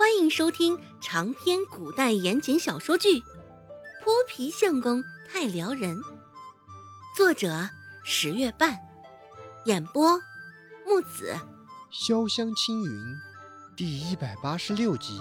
欢迎收听长篇古代言情小说剧《泼皮相公太撩人》，作者十月半，演播木子潇湘青云第186集。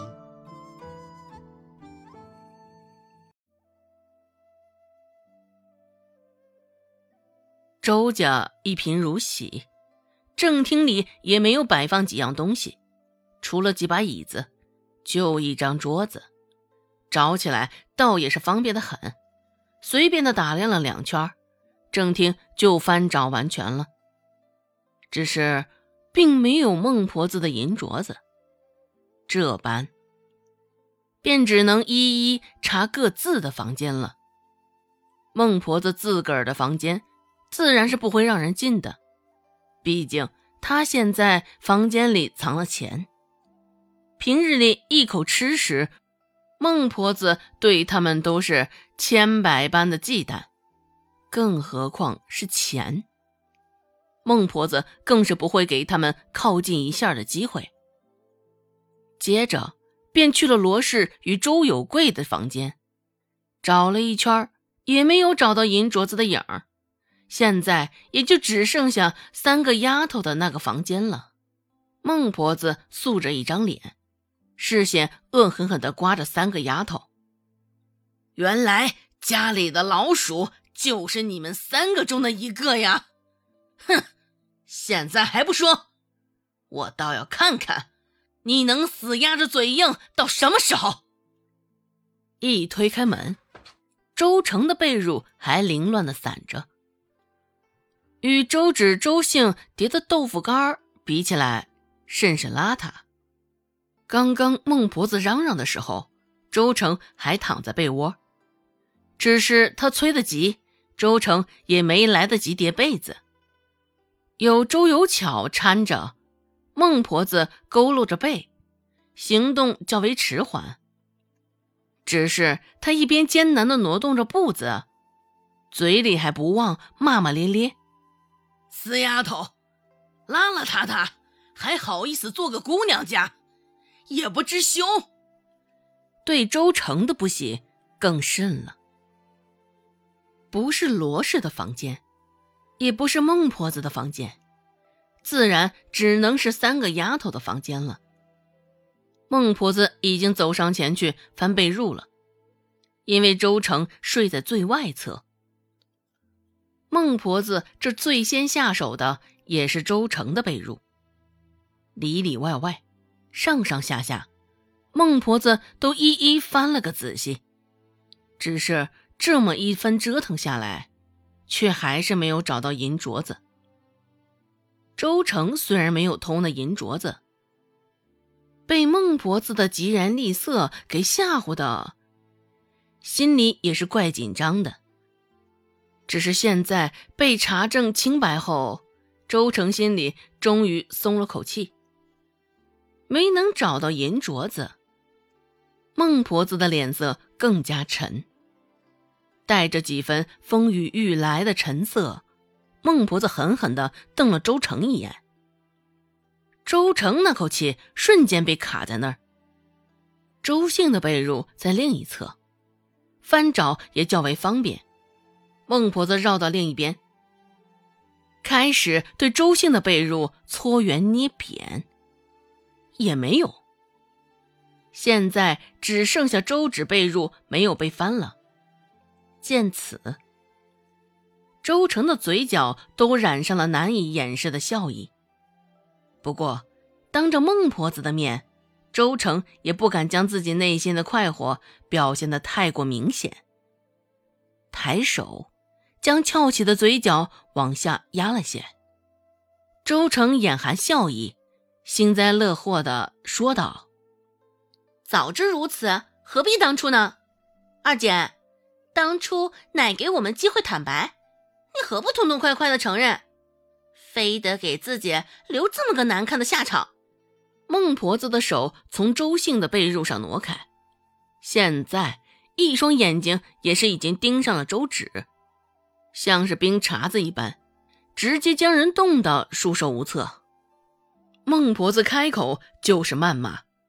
周家一贫如洗，正厅里也没有摆放几样东西，除了几把椅子，就一张桌子，找起来倒也是方便得很。随便的打量了2圈，正厅就翻找完全了。只是并没有孟婆子的银镯子，这般便只能一一查各自的房间了。孟婆子自个儿的房间自然是不会让人进的，毕竟她现在房间里藏了钱。平日里一口吃食，孟婆子对他们都是千百般的忌惮，更何况是钱。孟婆子更是不会给他们靠近一下的机会。接着便去了罗氏与周有贵的房间，找了一圈也没有找到银镯子的影儿。现在也就只剩下3个丫头的那个房间了。孟婆子素着一张脸，视线恶狠狠地刮着3个丫头。原来家里的老鼠就是你们3个中的一个呀！哼，现在还不说，我倒要看看你能死鸭着嘴硬到什么时候。一推开门，周成的被褥还凌乱地散着，与周芷、周姓叠的豆腐干比起来甚是邋遢。刚刚孟婆子嚷嚷的时候，周成还躺在被窝，只是他催得急，周成也没来得及叠被子。有周有巧搀着，孟婆子佝偻着背，行动较为迟缓。只是他一边艰难地挪动着步子，嘴里还不忘骂骂咧咧：死丫头，邋邋遢遢，还好意思做个姑娘家，也不知羞。对周成的不喜更甚了。不是罗氏的房间，也不是孟婆子的房间，自然只能是3个丫头的房间了。孟婆子已经走上前去翻被褥了，因为周成睡在最外侧。孟婆子这最先下手的也是周成的被褥，里里外外，上上下下，孟婆子都一一翻了个仔细。只是这么一番折腾下来，却还是没有找到银镯子。周成虽然没有偷那银镯子，被孟婆子的疾言厉色给吓唬的，心里也是怪紧张的。只是现在被查证清白后，周成心里终于松了口气。没能找到银镯子，孟婆子的脸色更加沉，带着几分风雨欲来的沉色。孟婆子狠狠地瞪了周成一眼，周成那口气瞬间被卡在那儿。周姓的被褥在另一侧，翻找也较为方便。孟婆子绕到另一边，开始对周姓的被褥搓圆捏扁，也没有。现在只剩下周芷被褥没有被翻了。见此，周成的嘴角都染上了难以掩饰的笑意。不过当着孟婆子的面，周成也不敢将自己内心的快活表现得太过明显，抬手将翘起的嘴角往下压了些。周成眼含笑意，幸灾乐祸地说道：早知如此，何必当初呢？二姐，当初乃给我们机会坦白，你何不痛痛快快地承认，非得给自己留这么个难看的下场？孟婆子的手从周姓的被褥上挪开，现在一双眼睛也是已经盯上了周芷，像是冰碴子一般，直接将人冻得束手无策。孟婆子开口就是谩骂，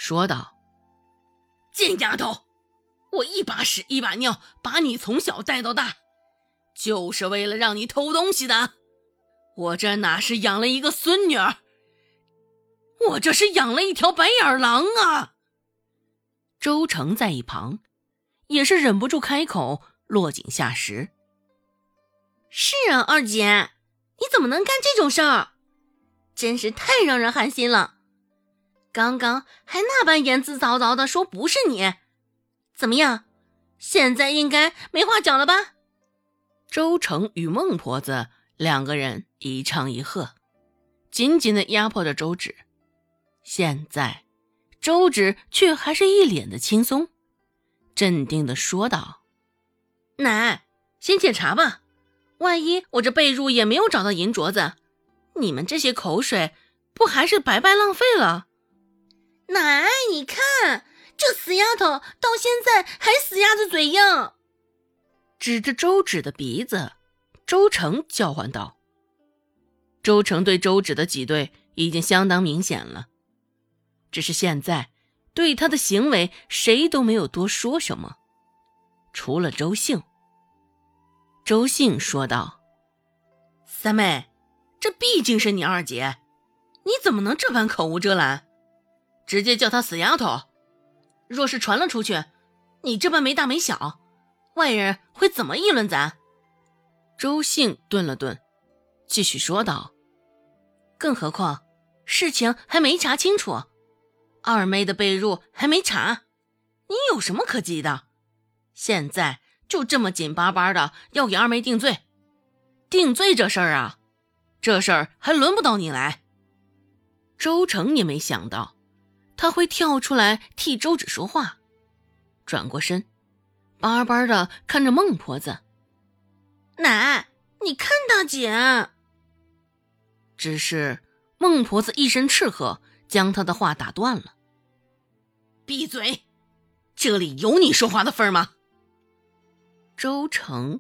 说道：“贱丫头，我一把屎一把尿把你从小带到大，就是为了让你偷东西的。我这哪是养了一个孙女儿，我这是养了一条白眼狼啊！”周成在一旁也是忍不住开口，落井下石：“ 是啊，二姐，你怎么能干这种事儿？真是太让人寒心了。刚刚还那般言辞凿凿的说不是你，怎么样？现在应该没话讲了吧？” 周成与孟婆子两个人一唱一和，紧紧地压迫着周芷。现在周芷却还是一脸的轻松，镇定地说道：“奶，先检查吧，万一我这被褥也没有找到银镯子，你们这些口水不还是白白浪费了？” 奶，你看这死丫头到现在还死鸭子嘴硬。 指着周芷的鼻子，周成叫唤道。周成对周芷的挤兑已经相当明显了，只是现在对他的行为谁都没有多说什么，除了周兴。周兴说道：“三妹，这毕竟是你二姐，你怎么能这般口无遮拦，直接叫她死丫头？若是传了出去，你这般没大没小，外人会怎么议论咱？”周兴顿了顿，继续说道：“更何况事情还没查清楚，二妹的被褥还没查，你有什么可急的？现在就这么紧巴巴的要给二妹定罪，定罪这事儿啊，这事儿还轮不到你来。”周成也没想到他会跳出来替周芷说话，转过身巴巴的看着孟婆子：“ 奶，你看大姐。” 只是孟婆子一声斥喝，将他的话打断了：“闭嘴，这里有你说话的份儿吗？”周成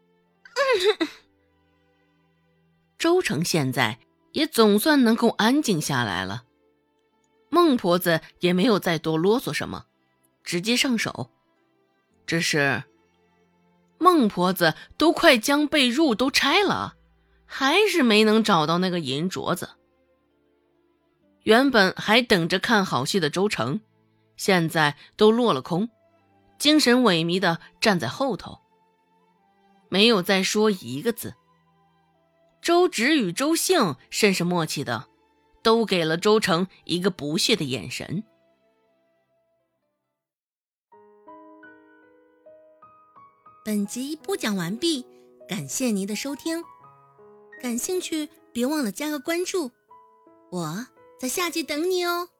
周成现在也总算能够安静下来了。孟婆子也没有再多啰嗦什么，直接上手。只是孟婆子都快将被褥都拆了，还是没能找到那个银镯子。原本还等着看好戏的周成，现在都落了空，精神萎靡地站在后头，没有再说一个字。周芷与周兴甚是默契的，都给了周成一个不屑的眼神。 本集播讲完毕，感谢您的收听。感兴趣别忘了加个关注，我在下集等你哦。